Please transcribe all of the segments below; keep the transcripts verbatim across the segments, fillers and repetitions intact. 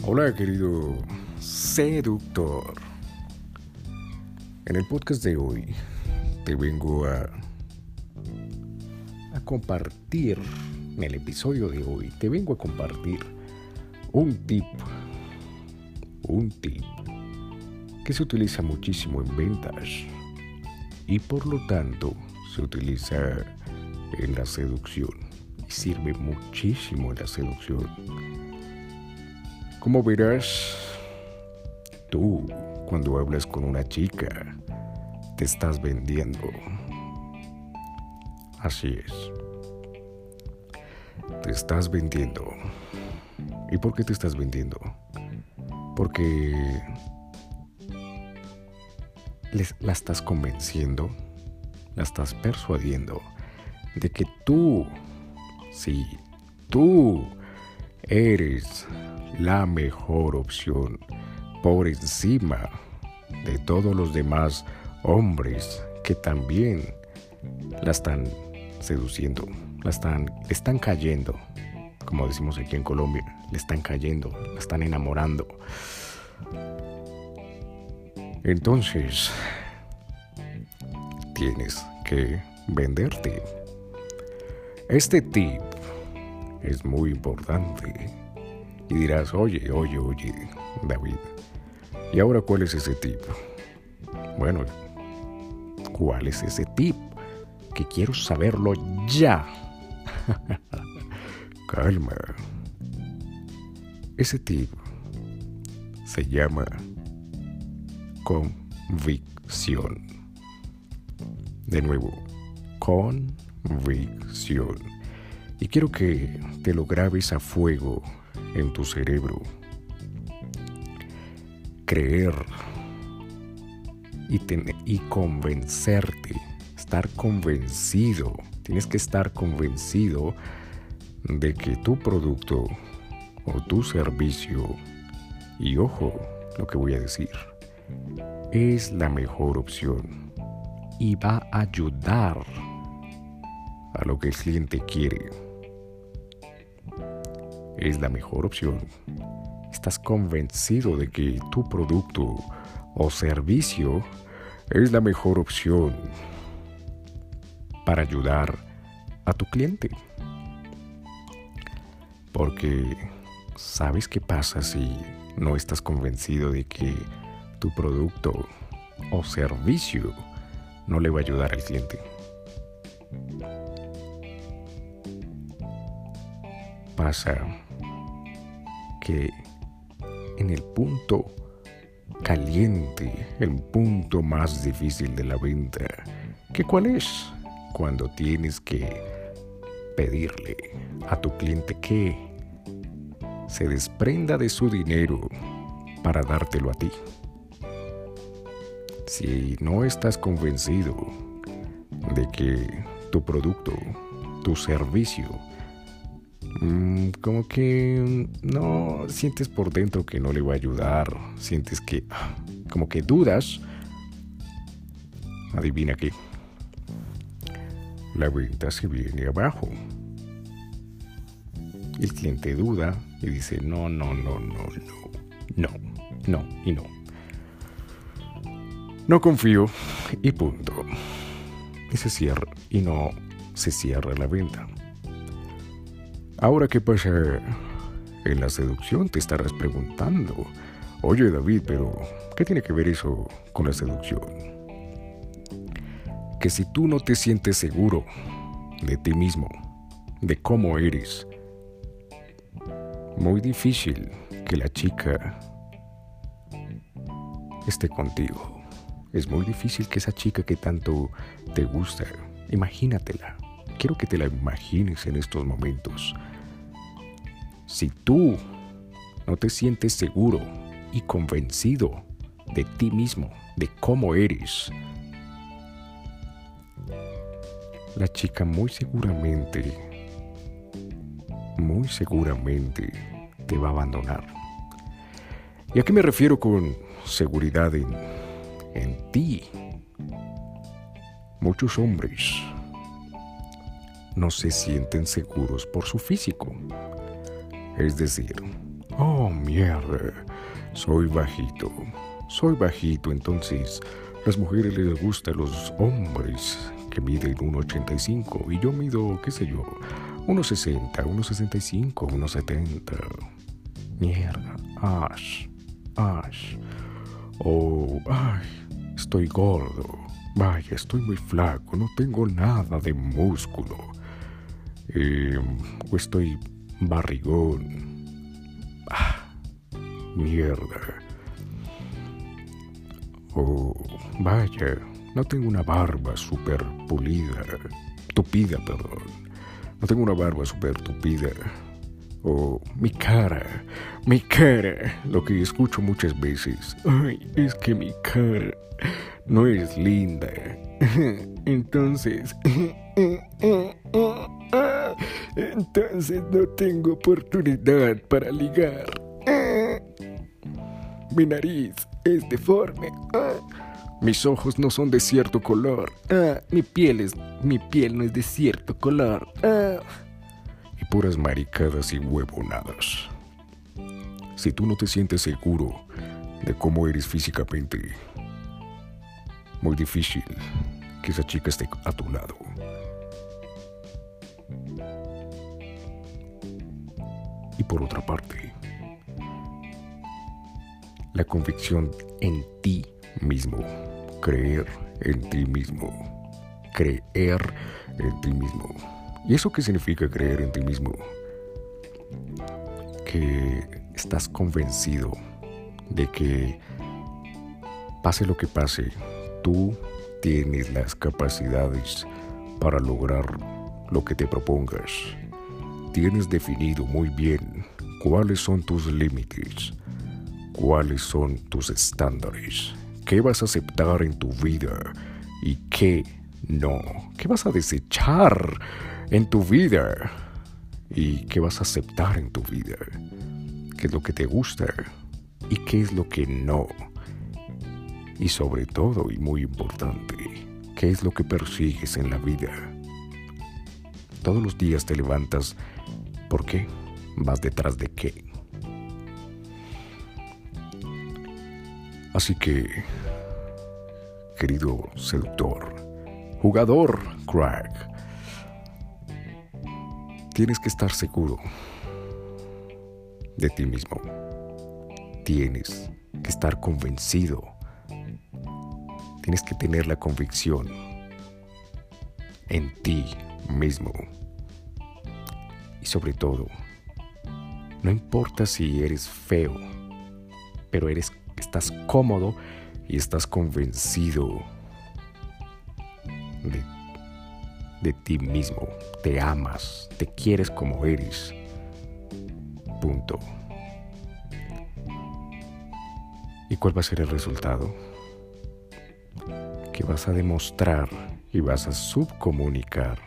Hola, querido seductor. En el podcast de hoy te vengo a, a compartir, en el episodio de hoy, te vengo a compartir un tip, un tip que se utiliza muchísimo en ventas y por lo tanto se utiliza en la seducción y sirve muchísimo en la seducción. Como verás, tú cuando hablas con una chica te estás vendiendo. Así es. Te estás vendiendo. ¿Y por qué te estás vendiendo? Porque les, la estás convenciendo, la estás persuadiendo de que tú, sí, tú eres la mejor opción por encima de todos los demás hombres que también la están seduciendo, la están, le están cayendo, como decimos aquí en Colombia, le están cayendo, la están enamorando. Entonces, tienes que venderte. Este tip es muy importante. Y dirás, oye, oye, oye, David, ¿y ahora cuál es ese tip? Bueno, ¿cuál es ese tip? Que quiero saberlo ya. Calma. Ese tip se llama convicción. De nuevo, convicción. Y quiero que te lo grabes a fuego en tu cerebro. Creer y, ten- y convencerte, estar convencido, tienes que estar convencido de que tu producto o tu servicio, y ojo lo que voy a decir, es la mejor opción y va a ayudar a lo que el cliente quiere. Es la mejor opción. Estás convencido de que tu producto o servicio es la mejor opción para ayudar a tu cliente. Porque ¿sabes qué pasa si no estás convencido de que tu producto o servicio no le va a ayudar al cliente? Pasa que en el punto caliente, el punto más difícil de la venta, ¿qué cuál es? Cuando tienes que pedirle a tu cliente que se desprenda de su dinero para dártelo a ti. Si no estás convencido de que tu producto, tu servicio, Mm, como que no sientes por dentro que no le va a ayudar, sientes que como que dudas, adivina qué, la venta se viene abajo. El cliente duda y dice no, no, no, no, no, no, no y no. No confío y punto. Y se cierra y no se cierra la venta. Ahora, ¿qué pasa en la seducción? Te estarás preguntando. Oye, David, pero ¿qué tiene que ver eso con la seducción? Que si tú no te sientes seguro de ti mismo, de cómo eres, muy difícil que la chica esté contigo. Es muy difícil que esa chica que tanto te gusta, imagínatela. Quiero que te la imagines en estos momentos. Si tú no te sientes seguro y convencido de ti mismo, de cómo eres, la chica muy seguramente, muy seguramente te va a abandonar. ¿Y a qué me refiero con seguridad en, en ti? Muchos hombres no se sienten seguros por su físico. Es decir, oh, mierda, soy bajito. Soy bajito, entonces las mujeres les gustan los hombres que miden uno ochenta y cinco y yo mido, qué sé yo, uno sesenta, uno sesenta y cinco, uno setenta. Mierda, ash, ash. Oh, ay, estoy gordo. Vaya, estoy muy flaco, no tengo nada de músculo. Eh, o estoy barrigón. Ah, mierda. Oh, vaya, no tengo una barba súper pulida, tupida, perdón. No tengo una barba súper tupida. Oh, mi cara, mi cara, lo que escucho muchas veces. Ay, es que mi cara no es linda. Entonces, entonces no tengo oportunidad para ligar. Mi nariz es deforme. Mis ojos no son de cierto color. Mi piel es, mi piel no es de cierto color. Y puras maricadas y huevonadas. Si tú no te sientes seguro de cómo eres físicamente, muy difícil que esa chica esté a tu lado. Y por otra parte, la convicción en ti mismo, creer en ti mismo, creer en ti mismo. ¿Y eso qué significa creer en ti mismo? Que estás convencido de que pase lo que pase, tú tienes las capacidades para lograr lo que te propongas. Tienes definido muy bien cuáles son tus límites, cuáles son tus estándares, qué vas a aceptar en tu vida y qué no, qué vas a desechar en tu vida y qué vas a aceptar en tu vida, qué es lo que te gusta y qué es lo que no. Y sobre todo, y muy importante, qué es lo que persigues en la vida. Todos los días te levantas, ¿por qué? ¿Vas detrás de qué? Así que, querido seductor, jugador crack, tienes que estar seguro de ti mismo. Tienes que estar convencido. Tienes que tener la convicción en ti mismo. Y sobre todo, no importa si eres feo, pero eres, estás cómodo y estás convencido de, de ti mismo. Te amas, te quieres como eres. Punto. ¿Y cuál va a ser el resultado? Que vas a demostrar y vas a subcomunicar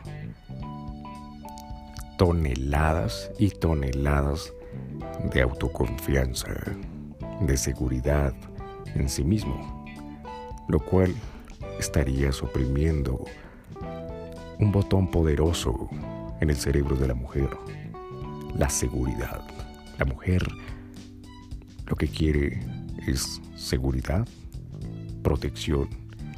toneladas y toneladas de autoconfianza, de seguridad en sí mismo, lo cual estarías oprimiendo un botón poderoso en el cerebro de la mujer, la seguridad. La mujer lo que quiere es seguridad, protección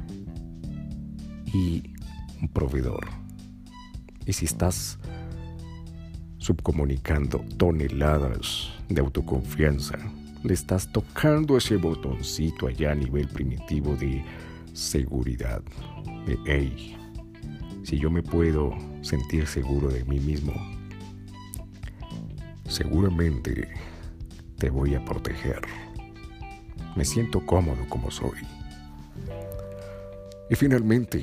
y un proveedor. Y si estás subcomunicando toneladas de autoconfianza, le estás tocando ese botoncito allá a nivel primitivo de seguridad. De, hey, si yo me puedo sentir seguro de mí mismo, seguramente te voy a proteger. Me siento cómodo como soy. Y finalmente,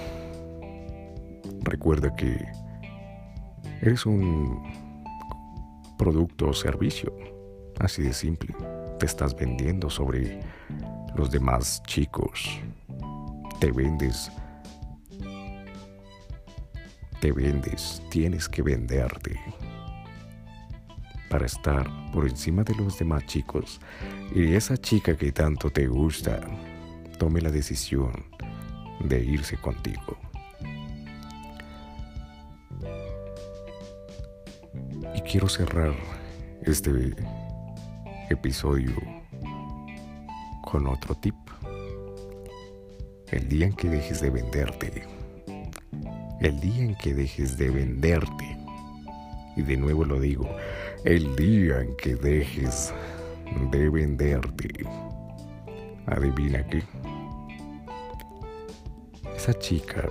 recuerda que eres un producto o servicio, así de simple. Te estás vendiendo sobre los demás chicos. Te vendes. Te vendes. Tienes que venderte para estar por encima de los demás chicos. Y esa chica que tanto te gusta tome la decisión de irse contigo. Y quiero cerrar este episodio con otro tip. El día en que dejes de venderte, el día en que dejes de venderte, y de nuevo lo digo, el día en que dejes de venderte, adivina qué, esa chica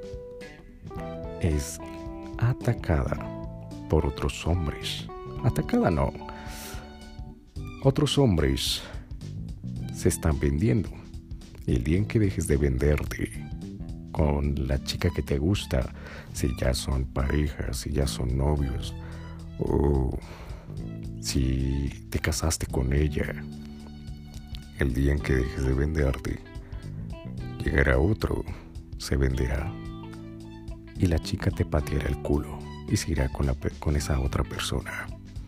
es atacada por otros hombres. Atacada no, otros hombres se están vendiendo. Y el día en que dejes de venderte con la chica que te gusta, si ya son parejas, si ya son novios, o si te casaste con ella, el día en que dejes de venderte, llegará otro, se venderá, y la chica te pateará el culo y se irá con, la, con esa otra persona.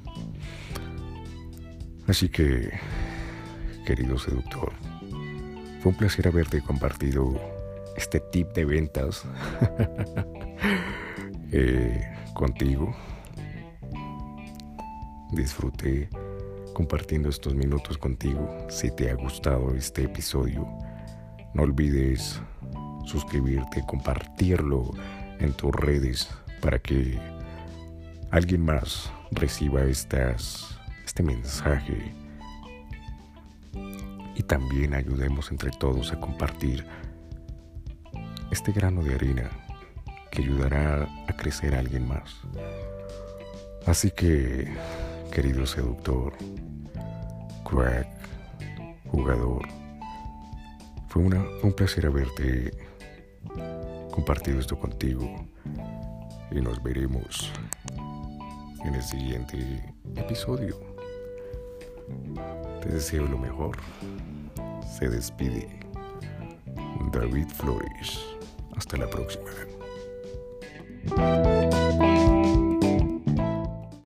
Así que, querido seductor, fue un placer haberte compartido este tip de ventas eh, contigo. Disfruté compartiendo estos minutos contigo. Si te ha gustado este episodio, no olvides suscribirte, compartirlo en tus redes para que alguien más reciba estas, este mensaje. Y también ayudemos entre todos a compartir este grano de arena que ayudará a crecer a alguien más. Así que, querido seductor, crack, jugador, fue, una, fue un placer haberte compartido esto contigo y nos veremos en el siguiente episodio. Te deseo lo mejor. Se despide David Flores. Hasta la próxima.